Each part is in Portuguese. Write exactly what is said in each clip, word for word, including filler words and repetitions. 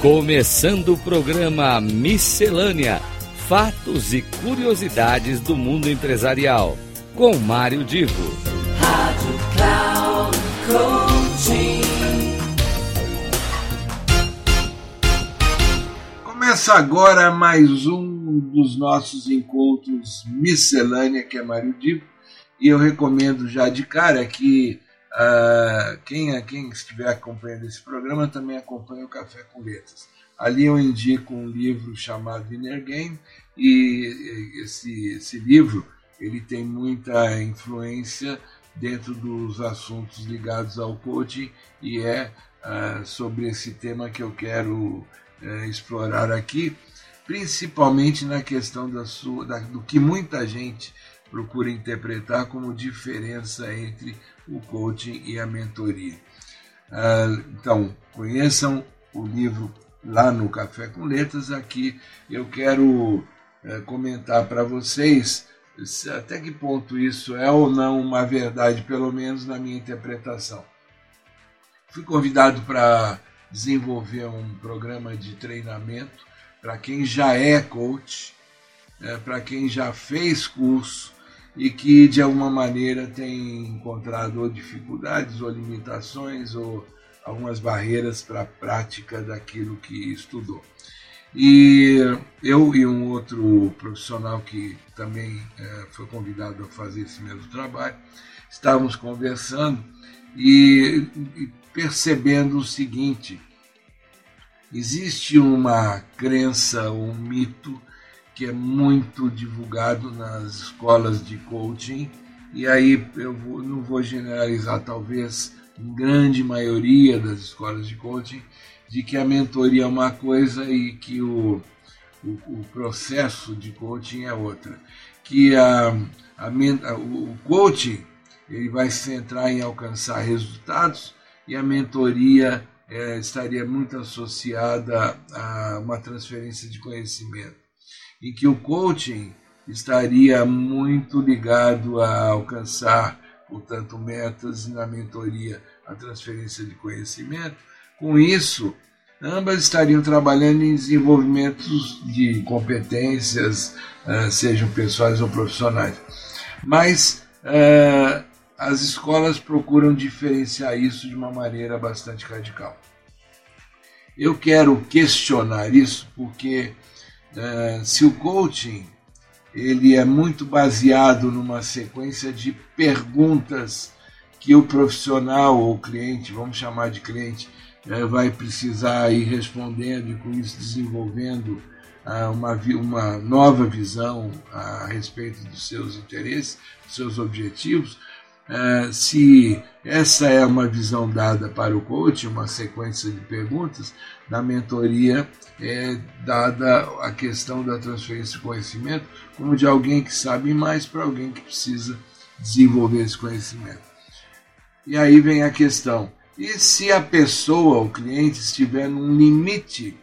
Começando o programa Miscelânea: Fatos e Curiosidades do Mundo Empresarial, com Mário Divo. Rádio Cloud Coaching. Começa agora mais um dos nossos encontros Miscelânea, que é Mário Divo, e eu recomendo já de cara que Uh, quem, quem estiver acompanhando esse programa também acompanha o Café com Letras. Ali eu indico um livro chamado Inner Game, e esse, esse livro ele tem muita influência dentro dos assuntos ligados ao coaching, e é uh, sobre esse tema que eu quero uh, explorar aqui, principalmente na questão da sua, da, do que muita gente procura interpretar como diferença entre o coaching e a mentoria. Então, conheçam o livro lá no Café com Letras. Aqui eu quero comentar para vocês até que ponto isso é ou não uma verdade, pelo menos na minha interpretação. Fui convidado para desenvolver um programa de treinamento para quem já é coach, para quem já fez curso, e que de alguma maneira tem encontrado ou dificuldades ou limitações ou algumas barreiras para a prática daquilo que estudou. E eu e um outro profissional que também é, foi convidado a fazer esse mesmo trabalho, estávamos conversando e, e percebendo o seguinte: existe uma crença, um mito que é muito divulgado nas escolas de coaching, e aí eu vou, não vou generalizar, talvez em grande maioria das escolas de coaching, de que a mentoria é uma coisa e que o, o, o processo de coaching é outra. Que a, a, a, o coaching ele vai se centrar em alcançar resultados, e a mentoria é, estaria muito associada a uma transferência de conhecimento, em que o coaching estaria muito ligado a alcançar, portanto, metas, e na mentoria a transferência de conhecimento. Com isso, ambas estariam trabalhando em desenvolvimentos de competências, sejam pessoais ou profissionais. Mas uh, as escolas procuram diferenciar isso de uma maneira bastante radical. Eu quero questionar isso porque Uh, se o coaching ele é muito baseado numa sequência de perguntas que o profissional ou o cliente, vamos chamar de cliente, uh, vai precisar ir respondendo, e com isso desenvolvendo uh, uma, uma nova visão a respeito dos seus interesses, dos seus objetivos. Uh, se essa é uma visão dada para o coaching, uma sequência de perguntas, na mentoria é dada a questão da transferência de conhecimento como de alguém que sabe mais para alguém que precisa desenvolver esse conhecimento. E aí vem a questão: e se a pessoa, o cliente, estiver num limite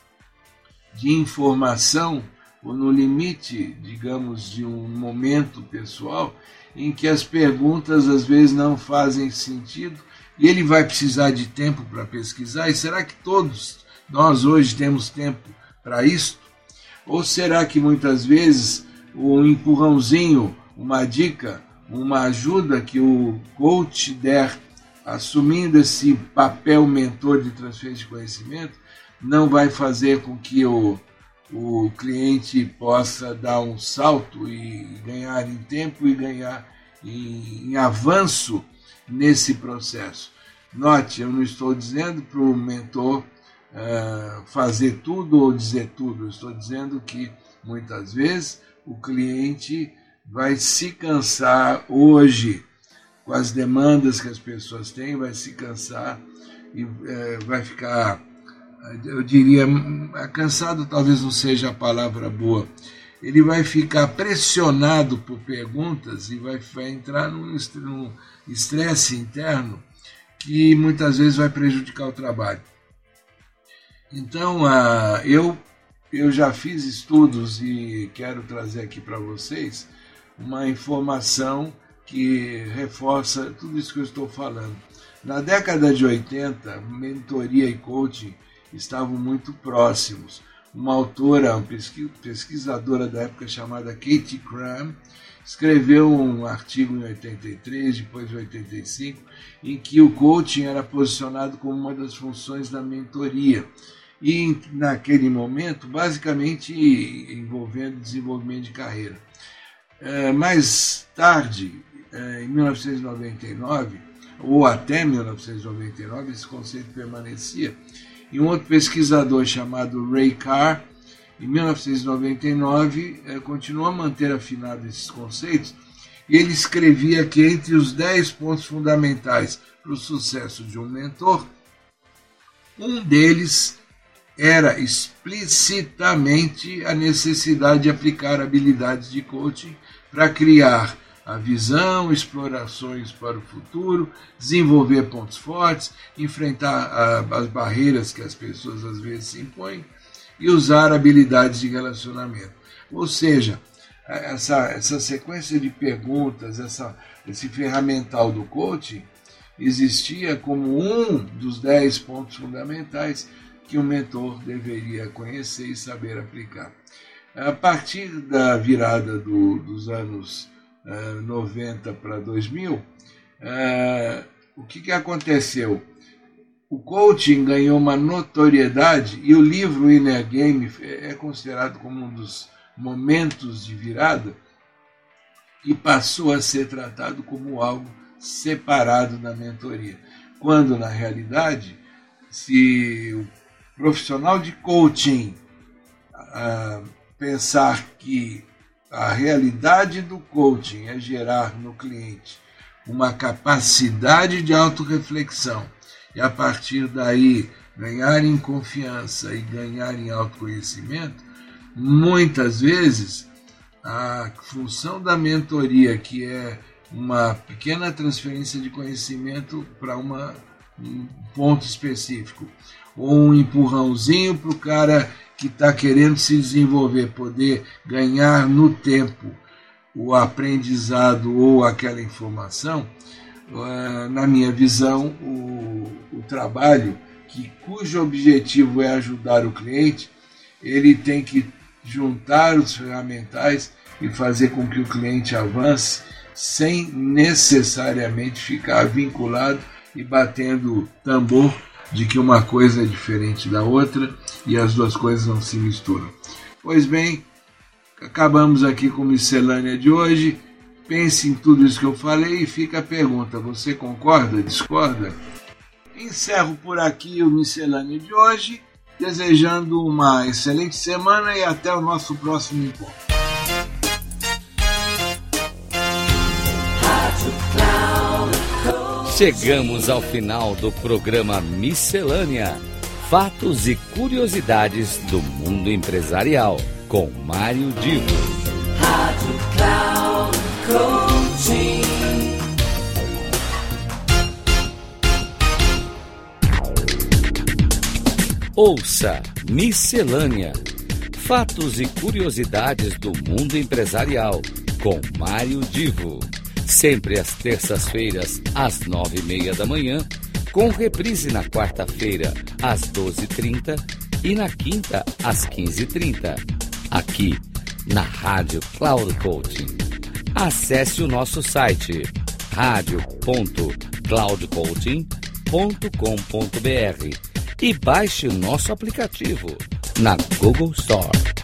de informação, ou no limite, digamos, de um momento pessoal, em que as perguntas às vezes não fazem sentido, e ele vai precisar de tempo para pesquisar? E será que todos nós hoje temos tempo para isso? Ou será que muitas vezes um empurrãozinho, uma dica, uma ajuda que o coach der, assumindo esse papel mentor de transferência de conhecimento, não vai fazer com que o o cliente possa dar um salto e ganhar em tempo e ganhar em, em avanço nesse processo? Note, eu não estou dizendo para o mentor uh, fazer tudo ou dizer tudo. Eu estou dizendo que muitas vezes o cliente vai se cansar hoje com as demandas que as pessoas têm, vai se cansar e uh, vai ficar, eu diria, cansado talvez não seja a palavra boa, ele vai ficar pressionado por perguntas e vai, vai entrar num estresse interno que muitas vezes vai prejudicar o trabalho. Então, uh, eu, eu já fiz estudos e quero trazer aqui para vocês uma informação que reforça tudo isso que eu estou falando. Na década de oitenta, mentoria e coaching estavam muito próximos. Uma autora, uma pesquisadora da época chamada Katie Cram, escreveu um artigo em oitenta e três, depois em oitenta e cinco, em que o coaching era posicionado como uma das funções da mentoria. E naquele momento, basicamente envolvendo desenvolvimento de carreira. Mais tarde, em mil novecentos e noventa e nove, ou até mil novecentos e noventa e nove, esse conceito permanecia. E um outro pesquisador chamado Ray Carr, em mil novecentos e noventa e nove, continuou a manter afinado esses conceitos, e ele escrevia que entre os dez pontos fundamentais para o sucesso de um mentor, um deles era explicitamente a necessidade de aplicar habilidades de coaching para criar a visão, explorações para o futuro, desenvolver pontos fortes, enfrentar a, as barreiras que as pessoas às vezes se impõem e usar habilidades de relacionamento. Ou seja, essa, essa sequência de perguntas, essa, esse ferramental do coaching existia como um dos dez pontos fundamentais que o mentor deveria conhecer e saber aplicar. A partir da virada do, dos anos uh, noventa para dois mil, uh, o que, que aconteceu? O coaching ganhou uma notoriedade e o livro Inner Game é considerado como um dos momentos de virada e passou a ser tratado como algo separado da mentoria. Quando, na realidade, se o profissional de coaching uh, pensar que a realidade do coaching é gerar no cliente uma capacidade de autorreflexão e a partir daí ganhar em confiança e ganhar em autoconhecimento, muitas vezes a função da mentoria, que é uma pequena transferência de conhecimento para uma, um ponto específico, ou um empurrãozinho para o cara que está querendo se desenvolver, poder ganhar no tempo o aprendizado ou aquela informação, na minha visão, o, o trabalho que, cujo objetivo é ajudar o cliente, ele tem que juntar os ferramentais e fazer com que o cliente avance sem necessariamente ficar vinculado e batendo tambor de que uma coisa é diferente da outra e as duas coisas não se misturam. Pois bem, acabamos aqui com a miscelânea de hoje. Pense em tudo isso que eu falei e fica a pergunta: você concorda, discorda? Encerro por aqui o miscelânea de hoje, desejando uma excelente semana e até o nosso próximo encontro. Chegamos ao final do programa Miscelânea: Fatos e Curiosidades do Mundo Empresarial, com Mário Divo. Rádio Cloud Coaching. Ouça Miscelânea: Fatos e Curiosidades do Mundo Empresarial, com Mário Divo. Sempre às terças-feiras, às nove e meia da manhã, com reprise na quarta-feira, às doze e trinta e na quinta, às quinze e trinta, aqui na Rádio Cloud Coaching. Acesse o nosso site rádio ponto cloud coaching ponto com ponto b r e baixe o nosso aplicativo na Google Store.